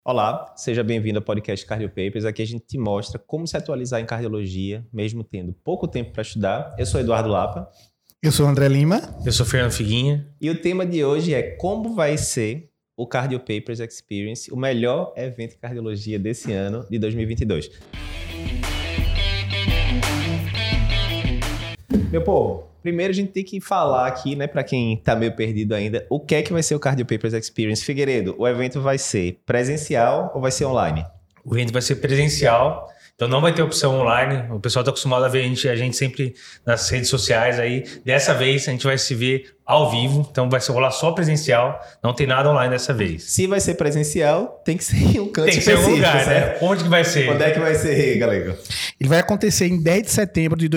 Olá, seja bem-vindo ao podcast Cardio Papers. Aqui a gente te mostra como se atualizar em cardiologia, mesmo tendo pouco tempo para estudar. Eu sou Eduardo Lapa. Eu sou André Lima. Eu sou Fernando Figuinha. E o tema de hoje é como vai ser o Cardio Papers Experience, o melhor evento de cardiologia desse ano, de 2022. Meu povo, primeiro a gente tem que falar aqui, né, para quem tá meio perdido ainda, o que é que vai ser o Cardio Papers Experience. Figueiredo, o evento vai ser presencial ou vai ser online? O evento vai ser presencial, então não vai ter opção online. O pessoal está acostumado a ver a gente sempre nas redes sociais aí. Dessa vez a gente vai se ver ao vivo, então vai ser rolar só presencial, não tem nada online dessa vez. Se vai ser presencial, tem que ser em um canto específico. Tem que ser em um lugar, certo? né? Onde que vai ser? Onde é que vai ser, galego? Ele vai acontecer em 10 de setembro de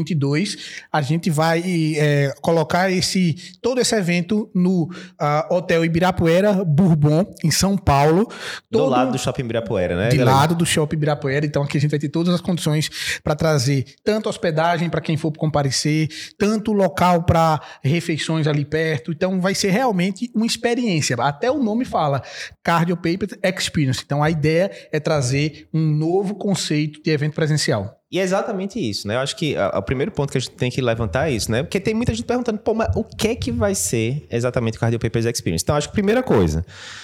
2022. A gente vai colocar todo esse evento no Hotel Ibirapuera Bourbon, em São Paulo. Do lado do Shopping Ibirapuera, né? Do lado do Shopping Ibirapuera. Então aqui a gente vai ter todas as condições para trazer tanto hospedagem para quem for comparecer, tanto local para refeições ali perto. Então vai ser realmente uma experiência. Até o nome fala, Cardio Papers Experience. Então a ideia é trazer um novo conceito de evento presencial. E é exatamente isso, né? Eu acho que o primeiro ponto que a gente tem que levantar é isso, né? Porque tem muita gente perguntando, pô, mas o que é que vai ser exatamente o Cardio Papers Experience? Então, acho que a primeira coisa,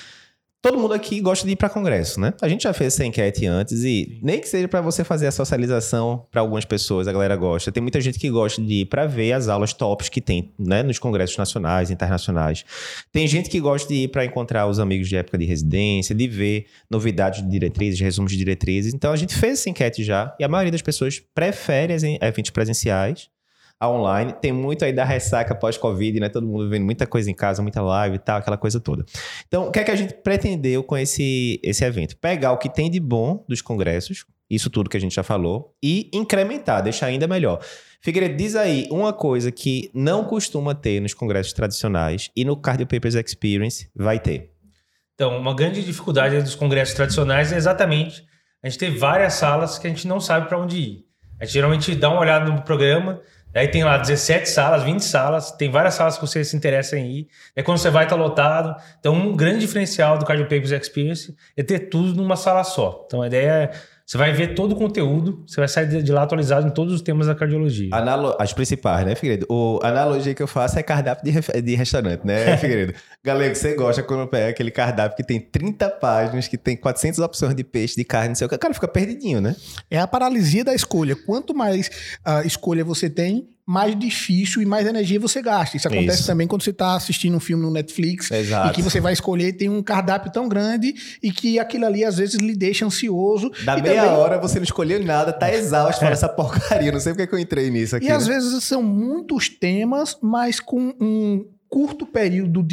todo mundo aqui gosta de ir para congresso, né? A gente já fez essa enquete antes e nem que seja para você fazer a socialização para algumas pessoas, a galera gosta. Tem muita gente que gosta de ir para ver as aulas tops que tem, né? Nos congressos nacionais, internacionais. Tem gente que gosta de ir para encontrar os amigos de época de residência, de ver novidades de diretrizes, resumos de diretrizes. Então, a gente fez essa enquete já e a maioria das pessoas prefere eventos presenciais a online. Tem muito aí da ressaca pós-Covid, né? Todo mundo vendo muita coisa em casa, muita live e tal, aquela coisa toda. Então, o que é que a gente pretendeu com esse evento? Pegar o que tem de bom dos congressos, isso tudo que a gente já falou, e incrementar, deixar ainda melhor. Figueiredo, diz aí uma coisa que não costuma ter nos congressos tradicionais e no Cardio Papers Experience vai ter. Então, uma grande dificuldade dos congressos tradicionais é exatamente a gente ter várias salas que a gente não sabe para onde ir. A gente geralmente dá uma olhada no programa. Aí tem lá 17 salas, 20 salas, tem várias salas que você se interessa em ir. É quando você vai estar lotado. Então, um grande diferencial do Cardio Papers Experience é ter tudo numa sala só. Então, a ideia é, você vai ver todo o conteúdo, você vai sair de lá atualizado em todos os temas da cardiologia. As principais, né, Figueiredo? A analogia que eu faço é cardápio de restaurante, né, Figueiredo? Galego, você gosta quando pega aquele cardápio que tem 30 páginas, que tem 400 opções de peixe, de carne, não sei o que. O cara fica perdidinho, né? É a paralisia da escolha. Quanto mais escolha você tem, mais difícil e mais energia você gasta. Isso acontece também quando você está assistindo um filme no Netflix. Exato. E que você vai escolher, tem um cardápio tão grande e que aquilo ali às vezes lhe deixa ansioso. Da meia hora você não escolheu nada, tá exausto, fala essa porcaria, não sei porque que eu entrei nisso aqui. E às vezes são muitos temas, mas com um curto período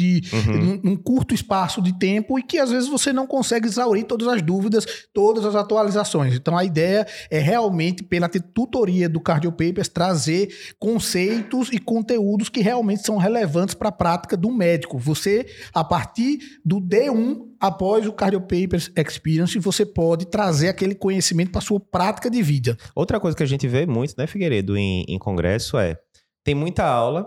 um curto espaço de tempo e que às vezes você não consegue exaurir todas as dúvidas, todas as atualizações. Então a ideia é realmente, pela tutoria do Cardio Papers, trazer conceitos e conteúdos que realmente são relevantes para a prática do médico. Você, a partir do D1, após o Cardio Papers Experience, você pode trazer aquele conhecimento para a sua prática de vida. Outra coisa que a gente vê muito, né, Figueiredo, em congresso tem muita aula.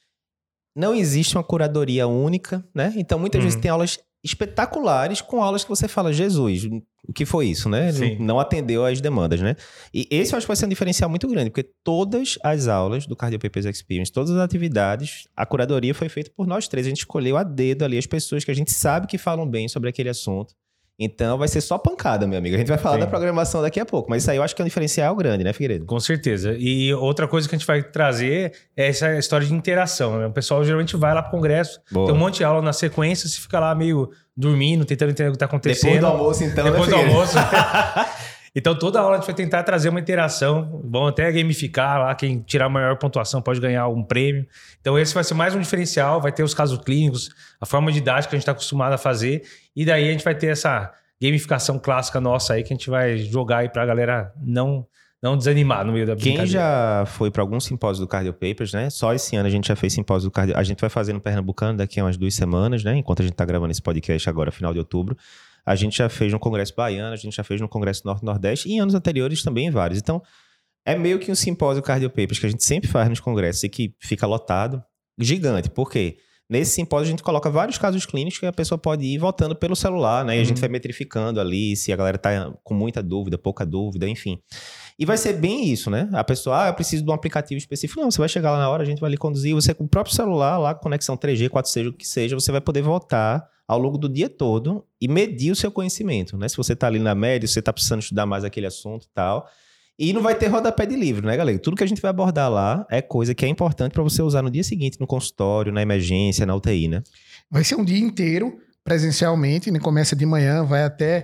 Não existe uma curadoria única, né? Então, muitas vezes tem aulas espetaculares com aulas que você fala, Jesus, o que foi isso, né? Não atendeu às demandas, né? E esse eu acho que vai ser um diferencial muito grande, porque todas as aulas do Cardio Papers Experience, todas as atividades, a curadoria foi feita por nós três. A gente escolheu a dedo ali as pessoas que a gente sabe que falam bem sobre aquele assunto. Então, vai ser só pancada, meu amigo. A gente vai falar da programação daqui a pouco, mas isso aí eu acho que é um diferencial grande, né, Figueiredo? Com certeza. E outra coisa que a gente vai trazer é essa história de interação, né? O pessoal geralmente vai lá pro congresso, tem um monte de aula na sequência, você fica lá meio dormindo, tentando entender o que tá acontecendo. Depois do almoço, então, Depois do almoço. Então, toda aula a gente vai tentar trazer uma interação. Vão até gamificar lá. Quem tirar a maior pontuação pode ganhar um prêmio. Então, esse vai ser mais um diferencial. Vai ter os casos clínicos, a forma didática que a gente está acostumado a fazer. E daí a gente vai ter essa gamificação clássica nossa aí que a gente vai jogar aí para a galera não desanimar no meio da brincadeira. Quem já foi para algum simpósio do Cardio Papers, né? Só esse ano a gente já fez simpósio do Cardio. A gente vai fazer no Pernambucano daqui a umas 2 semanas, né? Enquanto a gente está gravando esse podcast agora, final de outubro. A gente já fez no Congresso Baiano, a gente já fez no Congresso Norte-Nordeste e em anos anteriores também em vários. Então, é meio que um simpósio Cardio Papers que a gente sempre faz nos congressos e que fica lotado, gigante. Por quê? Nesse simpósio, a gente coloca vários casos clínicos que a pessoa pode ir voltando pelo celular, né? E a gente vai metrificando ali se a galera tá com muita dúvida, pouca dúvida, enfim. E vai ser bem isso, né? A pessoa, eu preciso de um aplicativo específico. Não, você vai chegar lá na hora, a gente vai lhe conduzir. Você com o próprio celular, lá, conexão 3G, 4G, o que seja, você vai poder voltar ao longo do dia todo e medir o seu conhecimento, né? Se você tá ali na média, se você tá precisando estudar mais aquele assunto e tal. E não vai ter rodapé de livro, né, galera? Tudo que a gente vai abordar lá é coisa que é importante para você usar no dia seguinte, no consultório, na emergência, na UTI, né? Vai ser um dia inteiro, presencialmente, né? Começa de manhã, vai até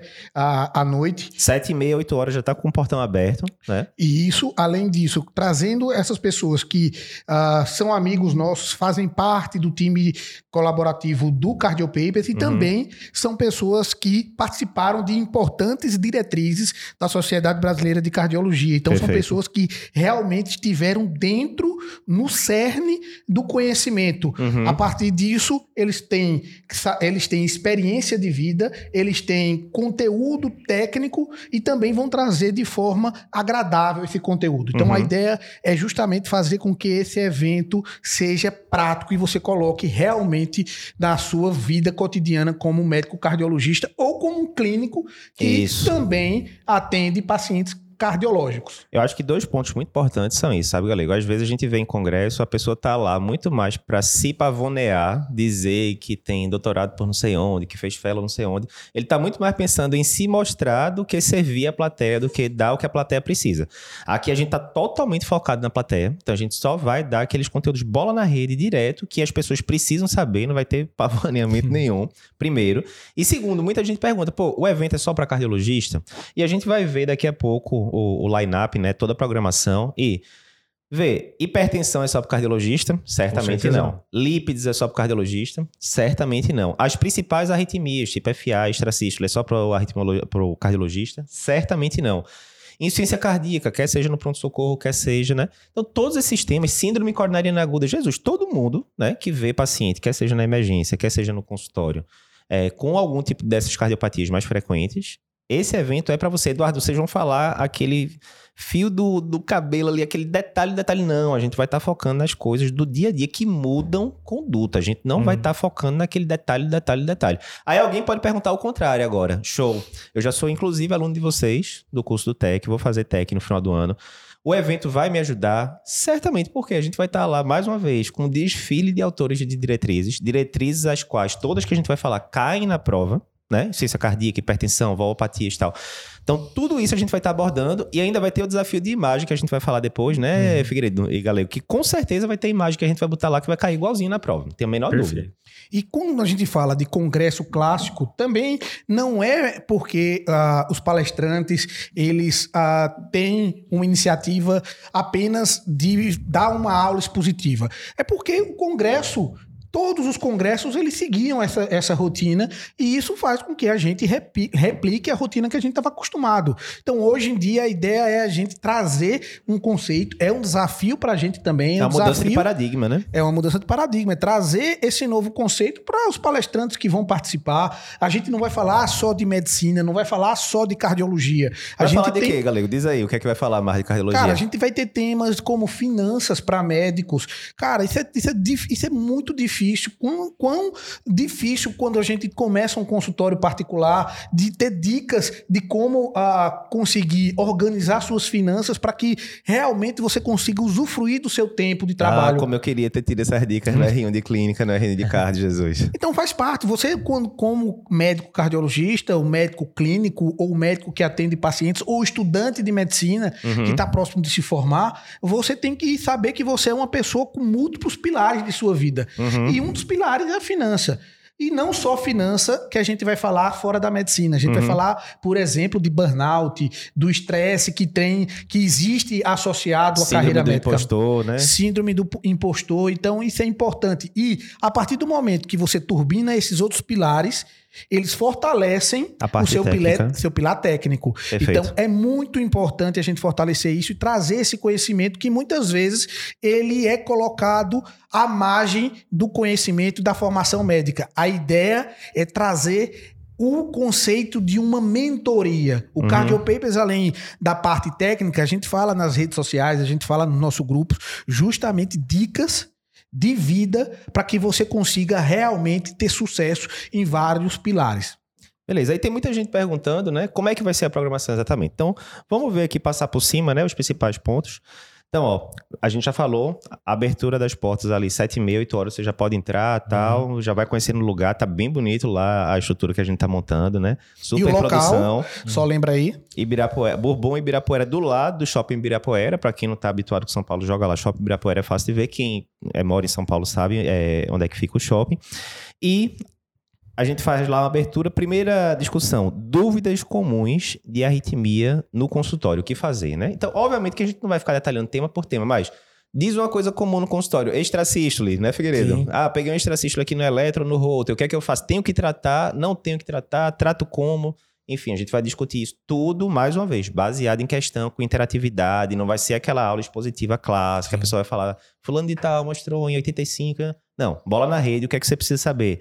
a noite. 7h30, 8 horas já tá com o portão aberto, né? E isso, além disso, trazendo essas pessoas que são amigos nossos, fazem parte do time colaborativo do Cardio Papers e também são pessoas que participaram de importantes diretrizes da Sociedade Brasileira de Cardiologia. Então, são pessoas que realmente estiveram dentro, no cerne do conhecimento. A partir disso, eles têm experiência de vida, eles têm conteúdo técnico e também vão trazer de forma agradável esse conteúdo. Então, a ideia é justamente fazer com que esse evento seja prático e você coloque realmente na sua vida cotidiana como médico cardiologista ou como um clínico que também atende pacientes cardiológicos. Eu acho que 2 pontos muito importantes são isso, sabe, galego? Às vezes a gente vê em congresso, a pessoa tá lá muito mais para se pavonear, dizer que tem doutorado por não sei onde, que fez fellow não sei onde. Ele tá muito mais pensando em se mostrar do que servir a plateia, do que dar o que a plateia precisa. Aqui a gente tá totalmente focado na plateia, então a gente só vai dar aqueles conteúdos bola na rede direto que as pessoas precisam saber, não vai ter pavoneamento nenhum, primeiro. E segundo, muita gente pergunta, pô, o evento é só para cardiologista? E a gente vai ver daqui a pouco o line-up, né? Toda a programação. E hipertensão é só para cardiologista? Certamente não. Lípides é só para cardiologista? Certamente não. As principais arritmias, tipo FA, extrasístole, é só para o cardiologista? Certamente não. Insuficiência cardíaca, quer seja no pronto-socorro, quer seja, né? Então, todos esses temas, síndrome coronariana aguda, Jesus, todo mundo, né, que vê paciente, quer seja na emergência, quer seja no consultório, com algum tipo dessas cardiopatias mais frequentes, esse evento é para você. Eduardo, vocês vão falar aquele fio do cabelo ali, aquele detalhe. Não, a gente vai estar focando nas coisas do dia a dia que mudam conduta. A gente não vai estar focando naquele detalhe. Aí alguém pode perguntar o contrário agora. Show. Eu já sou, inclusive, aluno de vocês do curso do TEC. Vou fazer TEC no final do ano. O evento vai me ajudar? Certamente, porque a gente vai estar lá, mais uma vez, com um desfile de autores de diretrizes as quais todas que a gente vai falar caem na prova, né? Insuficiência cardíaca, hipertensão, valvopatias e tal. Então, tudo isso a gente vai estar abordando e ainda vai ter o desafio de imagem que a gente vai falar depois, né, Figueiredo e Galego? Que com certeza vai ter imagem que a gente vai botar lá que vai cair igualzinho na prova. Não tem a menor dúvida. E quando a gente fala de congresso clássico, também não é porque os palestrantes, eles têm uma iniciativa apenas de dar uma aula expositiva. É porque o congresso... Todos os congressos, eles seguiam essa rotina e isso faz com que a gente replique a rotina que a gente estava acostumado. Então, hoje em dia, a ideia é a gente trazer um conceito, é um desafio para a gente também. É uma mudança de paradigma, né? É uma mudança de paradigma, é trazer esse novo conceito para os palestrantes que vão participar. A gente não vai falar só de medicina, não vai falar só de cardiologia. Vai falar de quê, Galego? Diz aí, o que é que vai falar mais de cardiologia? Cara, a gente vai ter temas como finanças para médicos. Cara, isso é muito difícil. Quão difícil quando a gente começa um consultório particular de ter dicas de como conseguir organizar suas finanças para que realmente você consiga usufruir do seu tempo de trabalho. Como eu queria ter tido essas dicas no R1 de clínica, no R1 de cardio, Jesus. Então faz parte. Você, como médico cardiologista, ou médico clínico, ou médico que atende pacientes, ou estudante de medicina que está próximo de se formar, você tem que saber que você é uma pessoa com múltiplos pilares de sua vida. E um dos pilares é a finança. E não só finança que a gente vai falar fora da medicina. A gente vai falar, por exemplo, de burnout, do estresse que existe associado à carreira médica. Síndrome do impostor, né? Síndrome do impostor. Então, isso é importante. E a partir do momento que você turbina esses outros pilares, eles fortalecem o seu pilar técnico. Perfeito. Então, é muito importante a gente fortalecer isso e trazer esse conhecimento que muitas vezes ele é colocado à margem do conhecimento da formação médica. A ideia é trazer o conceito de uma mentoria. O Cardio Papers, além da parte técnica, a gente fala nas redes sociais, a gente fala no nosso grupo, justamente dicas de vida para que você consiga realmente ter sucesso em vários pilares. Beleza, aí tem muita gente perguntando, né, como é que vai ser a programação exatamente. Então, vamos ver aqui, passar por cima, né, os principais pontos. Então, ó, a gente já falou, a abertura das portas ali, 7h30, 8 horas, você já pode entrar, tal, já vai conhecendo o lugar, tá bem bonito lá a estrutura que a gente tá montando, né? Super e o local, produção. Só lembra aí. Ibirapuera, Bourbon Ibirapuera, do lado do Shopping Ibirapuera, pra quem não tá habituado com São Paulo, joga lá, Shopping Ibirapuera é fácil de ver, quem mora em São Paulo sabe onde é que fica o shopping. E a gente faz lá uma abertura. Primeira discussão, dúvidas comuns de arritmia no consultório, o que fazer, né? Então, obviamente que a gente não vai ficar detalhando tema por tema, mas diz uma coisa comum no consultório, extrasístole, né, Figueiredo? Sim. Ah, peguei um extrasístole aqui no eletro, no Holter, o que é que eu faço? Tenho que tratar? Não tenho que tratar? Trato como? Enfim, a gente vai discutir isso tudo, mais uma vez, baseado em questão, com interatividade, não vai ser aquela aula expositiva clássica, a pessoa vai falar, fulano de tal mostrou em 85, não, bola na rede, o que é que você precisa saber?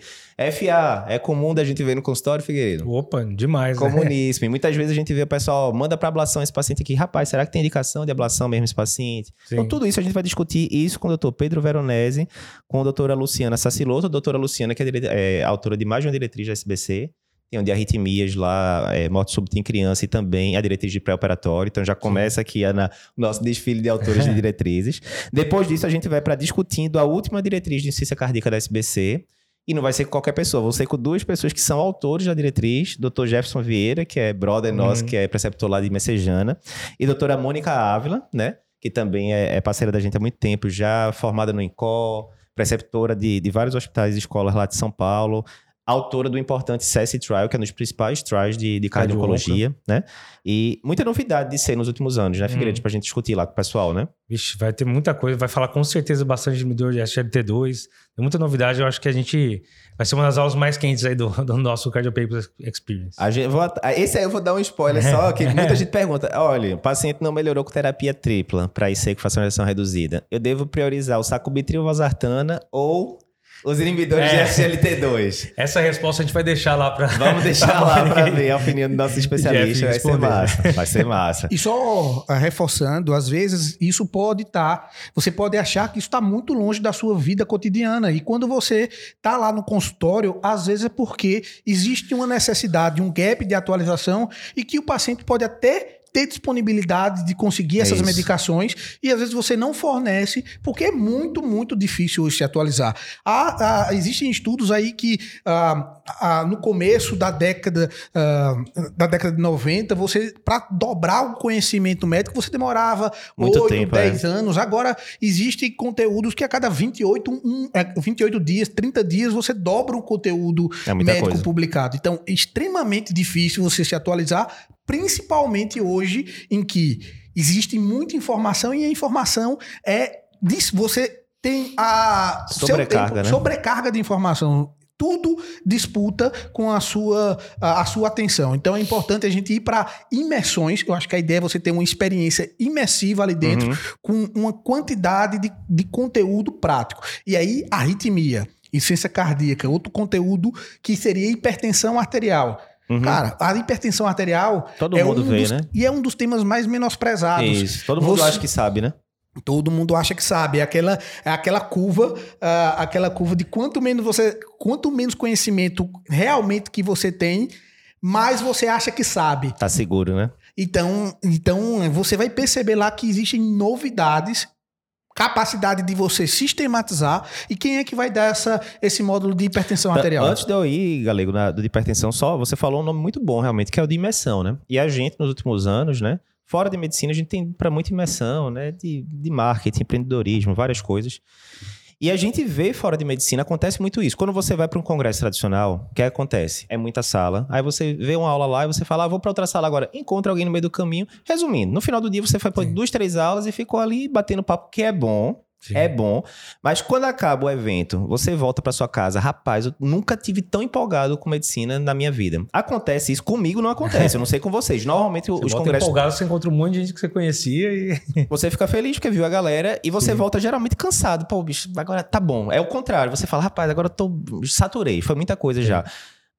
FA, é comum da gente ver no consultório, Figueiredo? Opa, demais, comuníssimo, né? E muitas vezes a gente vê o pessoal, manda para ablação esse paciente aqui, rapaz, será que tem indicação de ablação mesmo esse paciente? Sim. Então tudo isso a gente vai discutir, isso com o Dr. Pedro Veronese, com a doutora Luciana Saciloto, a doutora Luciana que é autora de mais de uma diretriz da SBC, tem um de arritmias lá, morte súbita em criança e também a diretriz de pré-operatório. Então já começa aqui o nosso desfile de autores de diretrizes. Depois disso a gente vai para discutindo a última diretriz de insuficiência cardíaca da SBC. E não vai ser com qualquer pessoa, vou ser com duas pessoas que são autores da diretriz, Dr. Jefferson Vieira, que é brother nosso, que é preceptor lá de Messejana, e doutora Mônica Ávila, né, que também é parceira da gente há muito tempo, já formada no INCOR, preceptora de vários hospitais e escolas lá de São Paulo, autora do importante CESI Trial, que é um dos principais trials de cardiologia, né? E muita novidade de ser nos últimos anos, né, Figueiredo? Pra gente discutir lá com o pessoal, né? Vixe, vai ter muita coisa. Vai falar com certeza bastante de medidor de SGLT2. Tem muita novidade. Eu acho que a gente vai ser uma das aulas mais quentes aí do nosso Cardio Papers Experience. Esse aí eu vou dar um spoiler só, que muita gente pergunta, olha, o paciente não melhorou com terapia tripla para IC com fracionação reduzida. Eu devo priorizar o sacubitril, valsartana ou os inibidores de SGLT2? Essa resposta a gente vai deixar lá para... Vamos deixar lá para ver a opinião do nosso especialista. Vai ser massa. Vai ser massa. E só reforçando, às vezes isso pode estar... Você pode achar que isso está muito longe da sua vida cotidiana. E quando você está lá no consultório, às vezes é porque existe uma necessidade, um gap de atualização e que o paciente pode até ter disponibilidade de conseguir essas medicações e às vezes você não fornece porque é muito, muito difícil hoje se atualizar. Existem estudos aí que no começo da década de 90, você, para dobrar o conhecimento médico, você demorava muito 8, 10 anos. Agora, existem conteúdos que a cada 28 dias, 30 dias, você dobra o conteúdo médico publicado. Então, é extremamente difícil você se atualizar, principalmente hoje, em que existe muita informação e a informação você tem a sobrecarga de informação. Tudo disputa com a sua atenção. Então é importante a gente ir para imersões. Eu acho que a ideia é você ter uma experiência imersiva ali dentro, com uma quantidade de conteúdo prático. E aí, arritmia, insuficiência cardíaca, outro conteúdo que seria hipertensão arterial. Cara, a hipertensão arterial todo mundo vê, né? E é um dos temas mais menosprezados. Isso, todo mundo acha que sabe, né? Todo mundo acha que sabe. É aquela curva de quanto menos conhecimento realmente que você tem, mais você acha que sabe. Tá seguro, né? Então você vai perceber lá que existem novidades, capacidade de você sistematizar. E quem é que vai dar esse módulo de hipertensão arterial? Antes de eu ir, Galego, de hipertensão, você falou um nome muito bom realmente, que é o de imersão, né? E a gente, nos últimos anos, né? Fora de medicina, a gente tem para muita imersão, né? De marketing, empreendedorismo, várias coisas. E a gente vê fora de medicina, acontece muito isso. Quando você vai para um congresso tradicional, o que acontece? É muita sala. Aí você vê uma aula lá e você fala, vou para outra sala agora. Encontra alguém no meio do caminho. Resumindo, no final do dia você foi para 2, 3 aulas e ficou ali batendo papo, que é bom. Sim. É bom, mas quando acaba o evento, você volta pra sua casa. Rapaz, eu nunca tive tão empolgado com medicina na minha vida. Acontece isso, comigo não acontece, eu não sei com vocês. Normalmente os congressos... empolgado, você encontra um monte de gente que você conhecia e... Você fica feliz porque viu a galera e você volta geralmente cansado. Pô, bicho, agora tá bom. É o contrário, você fala, rapaz, agora eu saturei, foi muita coisa já.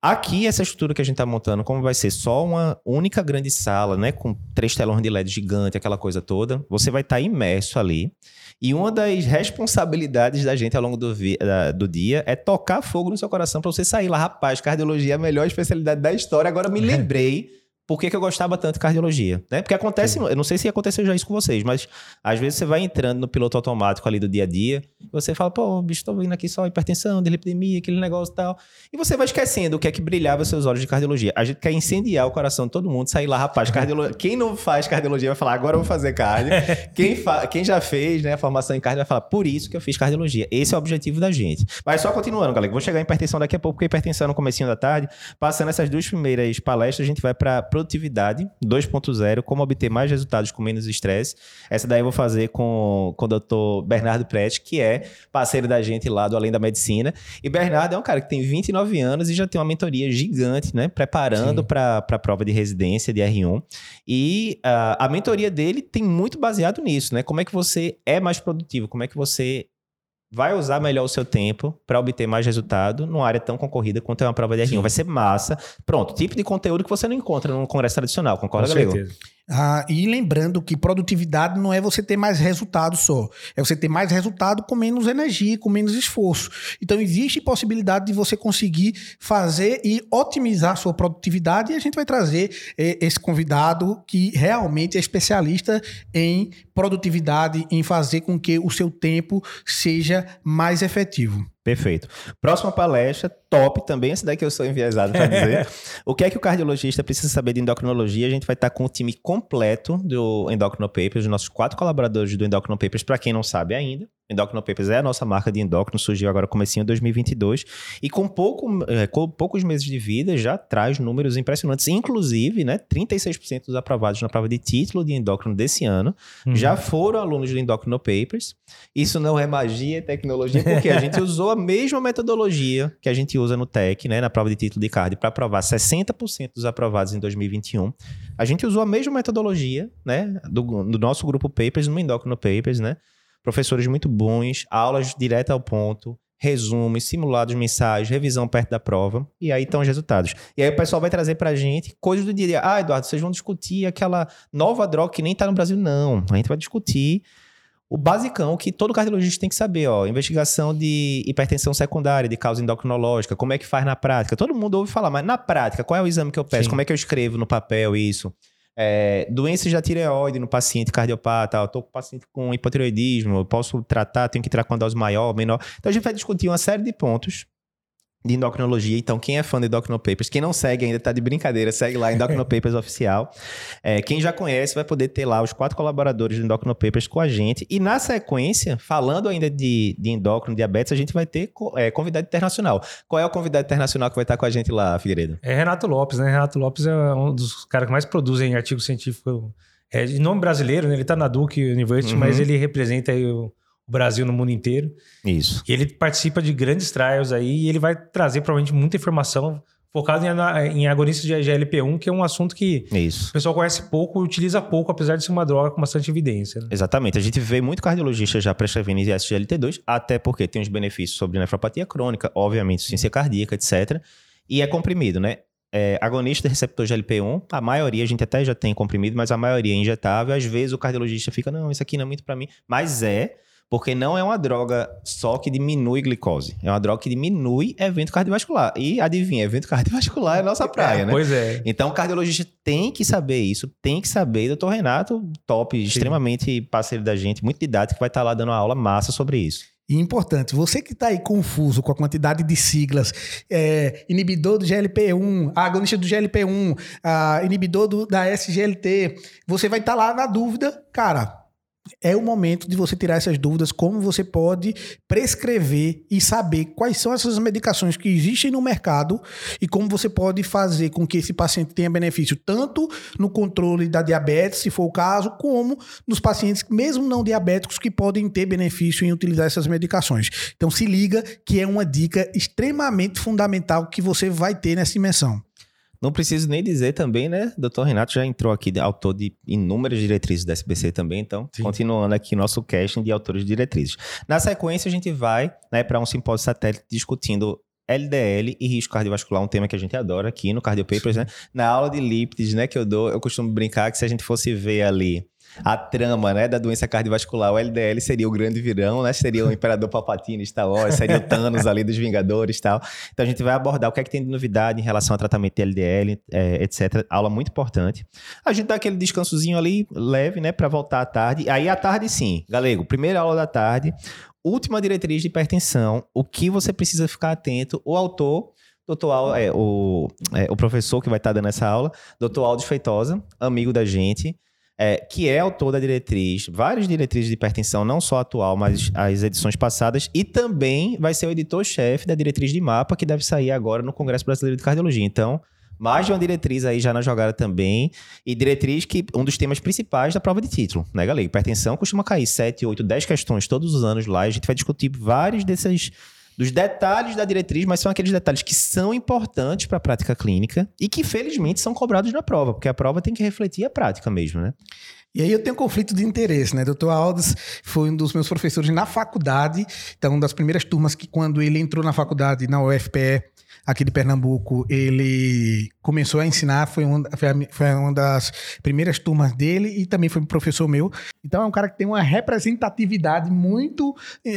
Aqui, essa estrutura que a gente tá montando, como vai ser só uma única grande sala, né? Com 3 telões de LED gigante, aquela coisa toda, você vai estar imerso ali. E uma das responsabilidades da gente ao longo do dia é tocar fogo no seu coração para você sair lá. Rapaz, cardiologia é a melhor especialidade da história. Agora me lembrei por que eu gostava tanto de cardiologia, né? Porque acontece, eu não sei se aconteceu já isso com vocês, mas às vezes você vai entrando no piloto automático ali do dia a dia e você fala, pô, bicho, tô vendo aqui só hipertensão, dislipidemia, aquele negócio e tal. E você vai esquecendo o que é que brilhava seus olhos de cardiologia. A gente quer incendiar o coração de todo mundo, sair lá, rapaz, cardiologia. Quem não faz cardiologia vai falar, agora eu vou fazer cardio. Quem já fez, né, a formação em cardio vai falar, por isso que eu fiz cardiologia. Esse é o objetivo da gente. Mas só continuando, galera, vou chegar em hipertensão daqui a pouco, porque hipertensão no comecinho da tarde, passando essas 2 primeiras palestras, a gente vai para produtividade 2.0, como obter mais resultados com menos estresse. Essa daí eu vou fazer com o Dr. Bernardo Prete, que é parceiro da gente lá do Além da Medicina. E Bernardo é um cara que tem 29 anos e já tem uma mentoria gigante, né? Preparando para a prova de residência de R1. E a mentoria dele tem muito baseado nisso, né? Como é que você é mais produtivo, como é que você vai usar melhor o seu tempo para obter mais resultado numa área tão concorrida quanto é uma prova de R1. Vai ser massa. Pronto, tipo de conteúdo que você não encontra num congresso tradicional. Concorda, Galego? E lembrando que produtividade não é você ter mais resultado só. É você ter mais resultado com menos energia, com menos esforço. Então, existe possibilidade de você conseguir fazer e otimizar a sua produtividade. E a gente vai trazer esse convidado que realmente é especialista em produtividade, em fazer com que o seu tempo seja mais efetivo. Perfeito. Próxima palestra, top também, essa daqui eu sou enviesado para dizer. O que é que o cardiologista precisa saber de endocrinologia? A gente vai estar com o time completo do Endocrino Papers, os nossos 4 colaboradores do Endocrino Papers, para quem não sabe ainda. Endocrino Papers é a nossa marca de endócrino, surgiu agora comecinho de 2022 e com poucos meses de vida já traz números impressionantes, inclusive, né, 36% dos aprovados na prova de título de endócrino desse ano já foram alunos do Endocrino Papers. Isso não é magia, é tecnologia, porque a gente usou a mesma metodologia que a gente usa no TEC, né, na prova de título de cardio, para aprovar 60% dos aprovados em 2021. A gente usou a mesma metodologia, né, do nosso grupo Papers, no Endocrino Papers, né? Professores muito bons, aulas direto ao ponto, resumos, simulados mensais, revisão perto da prova, e aí estão os resultados. E aí o pessoal vai trazer pra gente coisas do dia a dia. Ah, Eduardo, vocês vão discutir aquela nova droga que nem tá no Brasil? Não, a gente vai discutir o basicão que todo cardiologista tem que saber, ó, investigação de hipertensão secundária, de causa endocrinológica, como é que faz na prática? Todo mundo ouve falar, mas na prática, qual é o exame que eu peço? Sim. Como é que eu escrevo no papel isso? Doenças da tireoide no paciente cardiopata, eu tô com paciente com hipotireoidismo, eu posso tratar, tenho que tratar com dose maior, menor. Então a gente vai discutir uma série de pontos de endocrinologia. Então, quem é fã do Endocrino Papers, quem não segue ainda, tá de brincadeira, segue lá, Endocrino Papers Oficial. Quem já conhece vai poder ter lá os 4 colaboradores do Endocrino Papers com a gente. E na sequência, falando ainda de endócrino, diabetes, a gente vai ter convidado internacional. Qual é o convidado internacional que vai estar com a gente lá, Figueiredo? É Renato Lopes, né? Renato Lopes é um dos caras que mais produzem artigo científico de nome brasileiro, né? Ele tá na Duke University, mas ele representa aí o Brasil no mundo inteiro. Isso. E ele participa de grandes trials aí e ele vai trazer provavelmente muita informação focada em agonistas de GLP-1, que é um assunto que o pessoal conhece pouco e utiliza pouco, apesar de ser uma droga com bastante evidência. Né? Exatamente. A gente vê muito cardiologista já prescrevendo SGLT2, até porque tem os benefícios sobre nefropatia crônica, obviamente, insuficiência cardíaca, etc. E é comprimido, né? Agonista de receptor GLP-1, a maioria, a gente até já tem comprimido, mas a maioria é injetável. Às vezes o cardiologista fica, não, isso aqui não é muito para mim. Mas porque não é uma droga só que diminui glicose. É uma droga que diminui evento cardiovascular. E adivinha, evento cardiovascular é a nossa praia, né? Pois é. Então o cardiologista tem que saber isso, tem que saber. Doutor Renato, top, extremamente parceiro da gente, muito didático, que vai estar lá dando uma aula massa sobre isso. E importante, você que está aí confuso com a quantidade de siglas, inibidor do GLP-1, agonista do GLP-1, inibidor da SGLT, você vai estar lá na dúvida, cara. É o momento de você tirar essas dúvidas, como você pode prescrever e saber quais são essas medicações que existem no mercado e como você pode fazer com que esse paciente tenha benefício tanto no controle da diabetes, se for o caso, como nos pacientes mesmo não diabéticos que podem ter benefício em utilizar essas medicações. Então se liga que é uma dica extremamente fundamental que você vai ter nessa dimensão. Não preciso nem dizer também, né? Dr. Renato já entrou aqui, autor de inúmeras diretrizes da SBC também, então, continuando aqui nosso casting de autores de diretrizes. Na sequência, a gente vai, né, para um simpósio satélite discutindo LDL e risco cardiovascular, um tema que a gente adora aqui no Cardio Papers, né? Na aula de lípides, né, que eu dou, eu costumo brincar que se a gente fosse ver ali a trama, né, da doença cardiovascular, o LDL seria o grande vilão, né? Seria o Imperador Palpatine, Star Wars, seria o Thanos ali dos Vingadores e tal. Então a gente vai abordar o que é que tem de novidade em relação ao tratamento de LDL, etc. Aula muito importante. A gente dá aquele descansozinho ali, leve, né, para voltar à tarde. Aí à tarde sim, galego, primeira aula da tarde, última diretriz de hipertensão, o que você precisa ficar atento, o autor... o professor que vai estar dando essa aula, Dr. Aldo Feitosa, amigo da gente, que é autor da diretriz, várias diretrizes de hipertensão, não só a atual, mas as edições passadas, e também vai ser o editor-chefe da diretriz de mapa, que deve sair agora no Congresso Brasileiro de Cardiologia. Então, mais de uma diretriz aí já na jogada também, e diretriz que um dos temas principais da prova de título, né, galera? Hipertensão costuma cair 7, 8, 10 questões todos os anos lá, e a gente vai discutir vários dos detalhes da diretriz, mas são aqueles detalhes que são importantes para a prática clínica e que, felizmente, são cobrados na prova, porque a prova tem que refletir a prática mesmo, né? E aí eu tenho conflito de interesse, né? Dr. Aldes foi um dos meus professores na faculdade, então uma das primeiras turmas que quando ele entrou na faculdade, na UFPE, aqui de Pernambuco, ele começou a ensinar, foi uma das primeiras turmas dele e também foi um professor meu. Então é um cara que tem uma representatividade muito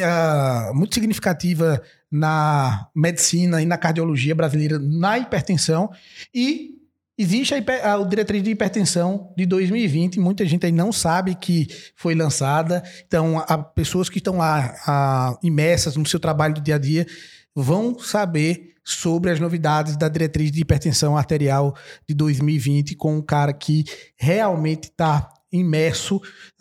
significativa na medicina e na cardiologia brasileira, na hipertensão, e existe a diretriz de hipertensão de 2020, muita gente aí não sabe que foi lançada, então pessoas que estão lá imersas no seu trabalho do dia a dia vão saber sobre as novidades da diretriz de hipertensão arterial de 2020 com um cara que realmente está imerso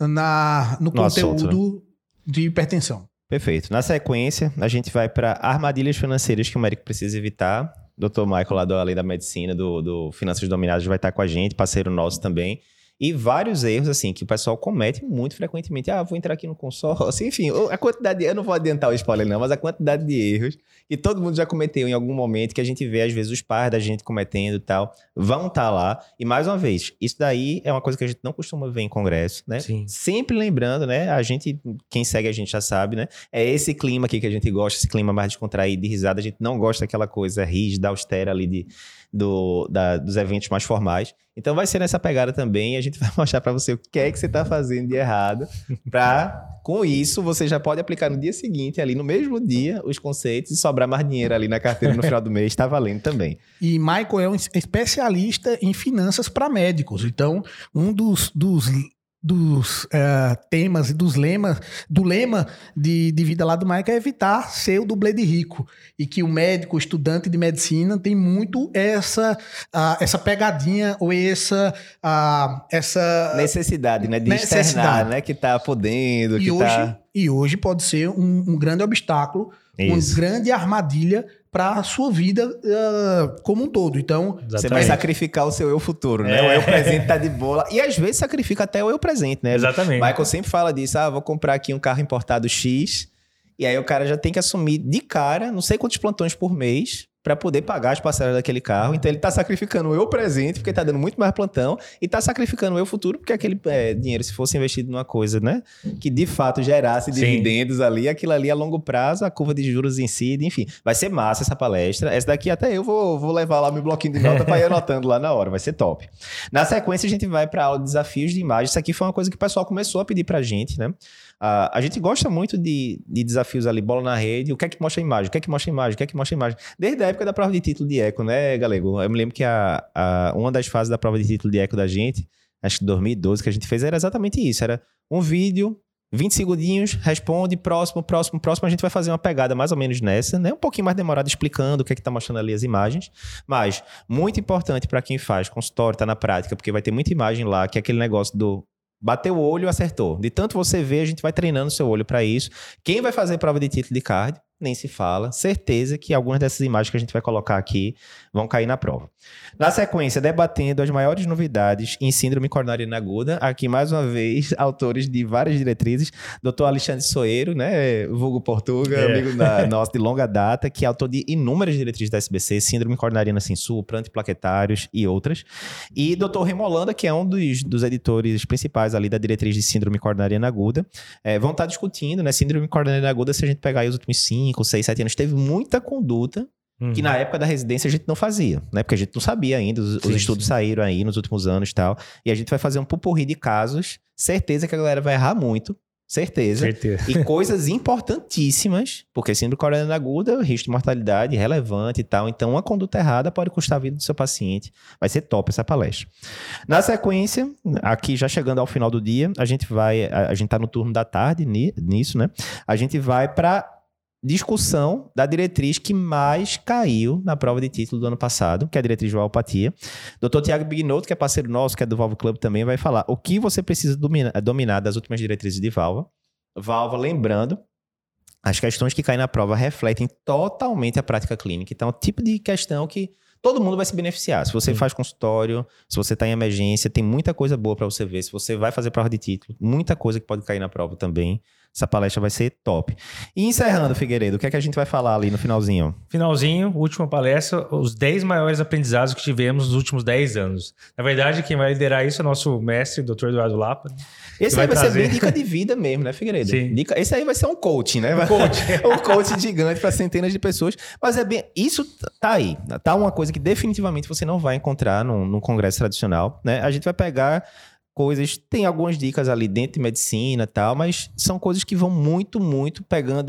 no conteúdo assunto, né? De hipertensão. Perfeito. Na sequência, a gente vai para armadilhas financeiras que o médico precisa evitar. Dr. Michael, lá do Além da Medicina, do Finanças Dominadas, vai estar com a gente, parceiro nosso também. E vários erros, assim, que o pessoal comete muito frequentemente. Vou entrar aqui no consórcio. Enfim, a quantidade eu não vou adiantar o spoiler não, mas a quantidade de erros que todo mundo já cometeu em algum momento, que a gente vê, às vezes, os pais da gente cometendo e tal, vão estar lá. E, mais uma vez, isso daí é uma coisa que a gente não costuma ver em congresso, né? Sim. Sempre lembrando, né? A gente, quem segue a gente já sabe, né? É esse clima aqui que a gente gosta, esse clima mais descontraído, de risada. A gente não gosta daquela coisa rígida, austera ali dos eventos mais formais. Então vai ser nessa pegada também e a gente vai mostrar para você o que é que você está fazendo de errado para, com isso, você já pode aplicar no dia seguinte, ali no mesmo dia, os conceitos e sobrar mais dinheiro ali na carteira no final do mês, está valendo também. E Michael é um especialista em finanças para médicos, então um dos temas e do lema de vida lá do Michael é evitar ser o dublê de rico, e que o médico, o estudante de medicina tem muito essa pegadinha ou essa necessidade, né, de externar, né, que tá podendo, e hoje pode ser um grande obstáculo, uma grande armadilha para a sua vida como um todo. Então, exatamente, você vai sacrificar o seu eu futuro, né? O eu presente tá de boa. E às vezes sacrifica até o eu presente, né? Exatamente. Michael sempre fala disso. Vou comprar aqui um carro importado X. E aí o cara já tem que assumir de cara, não sei quantos plantões por mês, para poder pagar as parcelas daquele carro. Então ele tá sacrificando o eu presente, porque tá dando muito mais plantão, e tá sacrificando o eu futuro, porque aquele dinheiro, se fosse investido numa coisa, né, que de fato gerasse dividendos ali, aquilo ali a longo prazo, a curva de juros incide, enfim. Vai ser massa essa palestra. Essa daqui até eu vou levar lá meu bloquinho de nota para ir anotando lá na hora, vai ser top. Na sequência a gente vai para a aula de desafios de imagem. Isso aqui foi uma coisa que o pessoal começou a pedir pra gente, né? A gente gosta muito de desafios ali, bola na rede, o que é que mostra a imagem, o que é que mostra a imagem, o que é que mostra a imagem. Desde a época da prova de título de eco, né, galego? Eu me lembro que uma das fases da prova de título de eco da gente, acho que 2012, que a gente fez, era exatamente isso. Era um vídeo, 20 segundinhos, responde, próximo. A gente vai fazer uma pegada mais ou menos nessa, né? Um pouquinho mais demorado explicando o que é que tá mostrando ali as imagens. Mas muito importante para quem faz consultório, tá na prática, porque vai ter muita imagem lá, que é aquele negócio do bateu o olho, acertou. De tanto você ver, a gente vai treinando o seu olho para isso. Quem vai fazer prova de título de cardio, nem se fala. Certeza que algumas dessas imagens que a gente vai colocar aqui vão cair na prova. Na sequência, debatendo as maiores novidades em síndrome coronariana aguda. Aqui, mais uma vez, autores de várias diretrizes. Dr. Alexandre Soeiro, né? Vulgo Portuga, amigo nosso de longa data, que é autor de inúmeras diretrizes da SBC, síndrome coronariana sem supra, antiplaquetários e outras. E Dr. Remo Holanda, que é um dos editores principais ali da diretriz de síndrome coronariana aguda. Vão estar discutindo, né? Síndrome coronariana aguda, se a gente pegar aí os últimos 5, 6, 7 anos, teve muita conduta Que na época da residência a gente não fazia, né? Porque a gente não sabia ainda, os estudos saíram aí nos últimos anos e tal. E a gente vai fazer um pupurri de casos. Certeza que a galera vai errar muito. Certeza. E coisas importantíssimas, porque síndrome coronariana aguda, risco de mortalidade relevante e tal. Então, uma conduta errada pode custar a vida do seu paciente. Vai ser top essa palestra. Na sequência, aqui já chegando ao final do dia, a gente tá no turno da tarde nisso, né? A gente vai para discussão da diretriz que mais caiu na prova de título do ano passado, que é a diretriz de valvopatia. Dr. Tiago Bignotto, que é parceiro nosso, que é do Valve Club também, vai falar o que você precisa dominar das últimas diretrizes de válvula. Válvula, lembrando, as questões que caem na prova refletem totalmente a prática clínica. Então, é o tipo de questão que todo mundo vai se beneficiar. Se você faz consultório, se você está em emergência, tem muita coisa boa para você ver. Se você vai fazer prova de título, muita coisa que pode cair na prova também. Essa palestra vai ser top. E encerrando, Figueiredo, o que é que a gente vai falar ali no finalzinho? Finalzinho, última palestra, os 10 maiores aprendizados que tivemos nos últimos 10 anos. Na verdade, quem vai liderar isso é o nosso mestre, Dr. Eduardo Lapa. Esse aí vai ser bem dica de vida mesmo, né, Figueiredo? Sim. Esse aí vai ser um coaching, né? Um coaching gigante para centenas de pessoas. Mas isso tá aí. Tá uma coisa que definitivamente você não vai encontrar num congresso tradicional, né? A gente vai pegar coisas, tem algumas dicas ali dentro de medicina e tal, mas são coisas que vão muito, muito pegando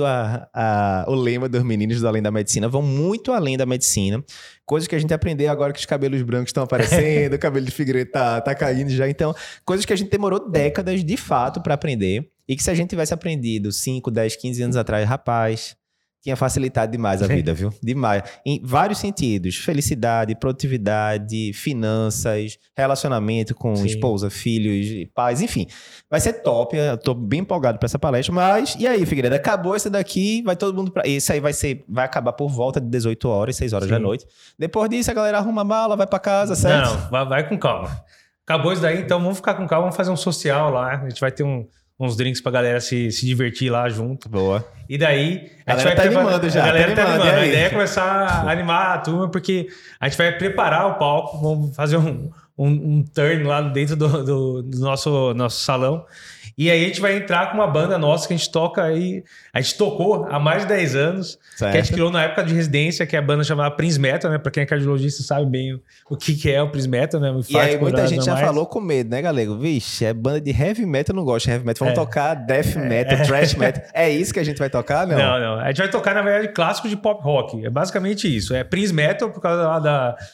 o lema dos meninos do Além da Medicina, vão muito além da medicina. Coisas que a gente aprendeu agora que os cabelos brancos estão aparecendo, o cabelo de Figueiredo tá caindo já. Então, coisas que a gente demorou décadas de fato para aprender e que se a gente tivesse aprendido 5, 10, 15 anos atrás, rapaz, tinha facilitado demais a vida, viu? Demais. Em vários sentidos. Felicidade, produtividade, finanças, relacionamento com esposa, filhos, pais, enfim. Vai ser top. Eu tô bem empolgado pra essa palestra. Mas, e aí, Figueiredo? Acabou essa daqui, vai todo mundo pra... Esse aí vai acabar por volta de 18 horas, 6 horas da noite. Depois disso, a galera arruma a mala, vai pra casa, certo? Não, vai com calma. Acabou isso daí, então vamos ficar com calma, vamos fazer um social lá. A gente vai ter uns drinks pra galera se divertir lá junto. Boa. E daí... A galera tá animando já. A galera tá animando. A ideia é começar a animar a turma, porque a gente vai preparar o palco, vamos fazer um turn lá dentro do nosso salão. E aí a gente vai entrar com uma banda nossa que a gente toca aí... A gente tocou há mais de 10 anos, certo. Que a gente criou na época de residência, que é a banda chamada Prince Metal, né? Pra quem é cardiologista sabe bem o que é o Prince Metal, né? E aí muita gente já falou com medo, né, galego? Vixe, é banda de heavy metal, eu não gosto de heavy metal. Vamos tocar death metal, thrash metal. É isso que a gente vai tocar, não? Não. A gente vai tocar, na verdade, clássico de pop rock. É basicamente isso. É Prince Metal, por causa lá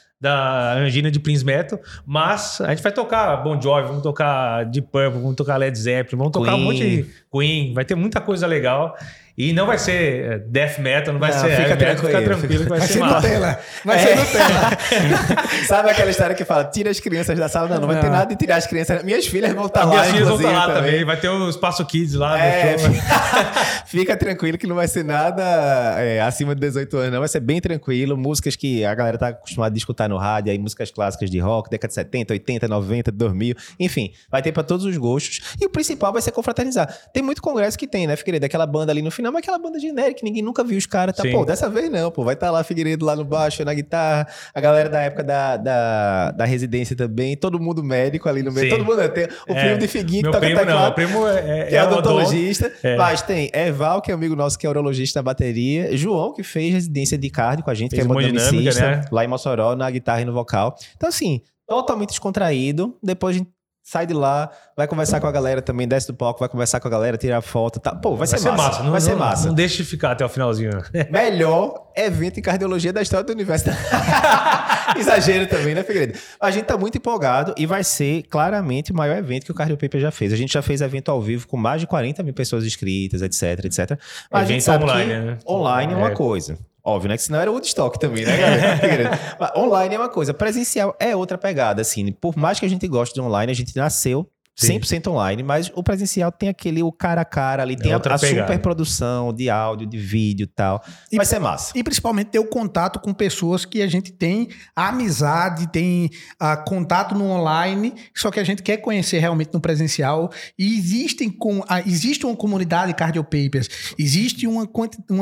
da angina de Prince Metal, mas a gente vai tocar Bon Jovi, vamos tocar Deep Purple, vamos tocar Led Zeppelin, vamos tocar um monte de Queen, vai ter muita coisa legal. E não vai ser death metal, não vai ser fica tranquilo que vai ser massa. Nutella. Vai ser Nutella. Sabe aquela história que fala, tira as crianças da sala? Não vai ter nada de tirar as crianças. Minhas filhas vão estar lá, minhas filhas vão estar lá também. Vai ter o Espaço Kids lá no show. Fica tranquilo que não vai ser nada acima de 18 anos, não. Vai ser bem tranquilo. Músicas que a galera tá acostumada a escutar no rádio, aí músicas clássicas de rock, década de 70, 80, 90, 2000. Enfim, vai ter pra todos os gostos. E o principal vai ser confraternizar. Tem muito congresso que tem, né, Figueiredo? Aquela banda ali no final, mas aquela banda genérica que ninguém nunca viu os caras. Tá? Pô, dessa vez não, pô. Vai estar lá Figueiredo lá no baixo, na guitarra, a galera da época da residência também, todo mundo médico ali no meio. Sim. Todo mundo tem o primo de Figuinho que toca teclado. O primo que é odontologista. Mas tem Eval, que é amigo nosso, que é urologista na bateria. João, que fez residência de cardio com a gente, que é hemodinamicista, né? Lá em Mossoró, na guitarra e no vocal. Então, assim, totalmente descontraído. Depois a gente sai de lá, vai conversar com a galera também, desce do palco, vai conversar com a galera, tirar foto, tá? Pô, vai ser massa. Vai ser massa. Não deixe de ficar até o finalzinho. Melhor evento em cardiologia da história do universo. Exagero também, né, Figueiredo? A gente tá muito empolgado e vai ser claramente o maior evento que o Cardio Paper já fez. A gente já fez evento ao vivo com mais de 40 mil pessoas inscritas, etc, etc. Mas evento online, né? Online é uma coisa. Óbvio, né? Que senão era Woodstock também, né, galera? Mas online é uma coisa, presencial é outra pegada, assim. Por mais que a gente goste de online, a gente nasceu 100% online, mas o presencial tem o cara a cara ali, tem a super produção de áudio, de vídeo e tal. Vai ser massa. E principalmente ter o contato com pessoas que a gente tem amizade, tem contato no online, só que a gente quer conhecer realmente no presencial. E existe uma comunidade Cardio Papers, existe uma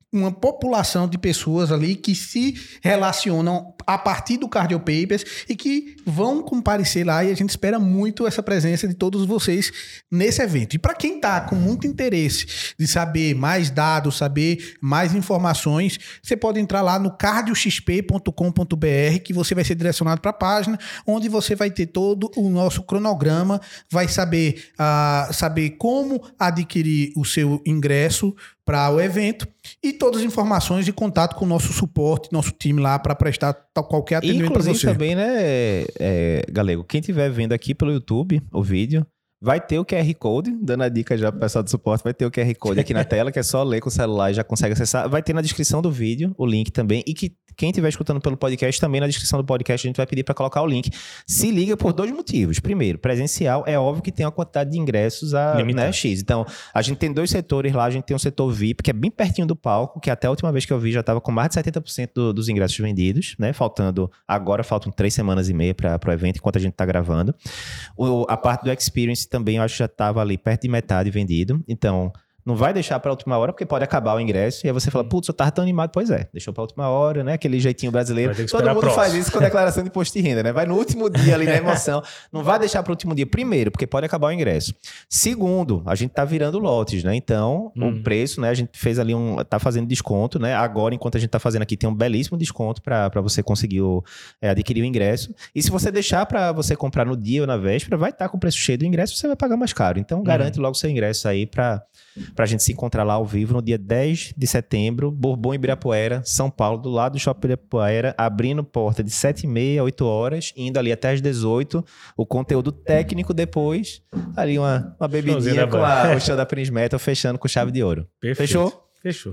uma população de pessoas ali que se relacionam a partir do Cardio Papers e que vão comparecer lá, e a gente espera muito essa presença de todos vocês nesse evento. E para quem está com muito interesse de saber mais dados, saber mais informações, você pode entrar lá no cardioxp.com.br, que você vai ser direcionado para a página, onde você vai ter todo o nosso cronograma, vai saber como adquirir o seu ingresso para o evento e todas as informações de contato com o nosso suporte, nosso time lá para prestar qualquer atendimento para você. Inclusive também, né, Galego, quem estiver vendo aqui pelo YouTube o vídeo, vai ter o QR Code, dando a dica já para o pessoal do suporte, vai ter o QR Code aqui na tela, que é só ler com o celular e já consegue acessar. Vai ter na descrição do vídeo o link também, e que quem estiver escutando pelo podcast, também na descrição do podcast a gente vai pedir para colocar o link. Se liga por 2 motivos. Primeiro, presencial, é óbvio que tem uma quantidade de ingressos né, X. Então, a gente tem 2 setores lá, a gente tem um setor VIP, que é bem pertinho do palco, que até a última vez que eu vi já estava com mais de 70% dos ingressos vendidos, né? Faltam 3 semanas e meia para o evento, enquanto a gente está gravando. A parte do Experience também, eu acho que já estava ali perto de metade vendido. Então, não vai deixar para a última hora, porque pode acabar o ingresso. E aí você fala, putz, eu tava tão animado. Pois é, deixou para a última hora, né? Aquele jeitinho brasileiro. Todo mundo faz isso com a declaração de imposto de renda, né? Vai no último dia ali na emoção. Não vai deixar para o último dia. Primeiro, porque pode acabar o ingresso. Segundo, a gente tá virando lotes, né? Então, o preço, né? A gente fez ali tá fazendo desconto, né? Agora, enquanto a gente tá fazendo aqui, tem um belíssimo desconto para você conseguir adquirir o ingresso. E se você deixar para você comprar no dia ou na véspera, vai estar com o preço cheio do ingresso, você vai pagar mais caro. Então, garante logo seu ingresso aí pra gente se encontrar lá ao vivo no dia 10 de setembro, Bourbon Ibirapuera, São Paulo, do lado do Shopping Ibirapuera, abrindo porta de 7h30 a 8 horas, indo ali até as 18, o conteúdo técnico depois, ali uma bebidinha com o show da Prince Metal, fechando com chave de ouro. Perfeito. Fechou? Fechou.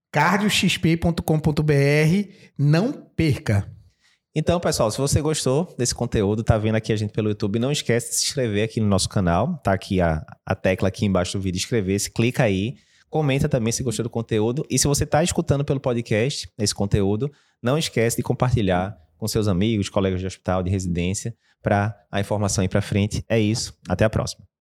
cardioxp.com.br, não perca! Então, pessoal, se você gostou desse conteúdo, tá vendo aqui a gente pelo YouTube, não esquece de se inscrever aqui no nosso canal. Tá aqui a tecla aqui embaixo do vídeo, inscrever-se, clica aí, comenta também se gostou do conteúdo. E se você tá escutando pelo podcast esse conteúdo, não esquece de compartilhar com seus amigos, colegas de hospital, de residência, para a informação ir para frente. É isso, até a próxima.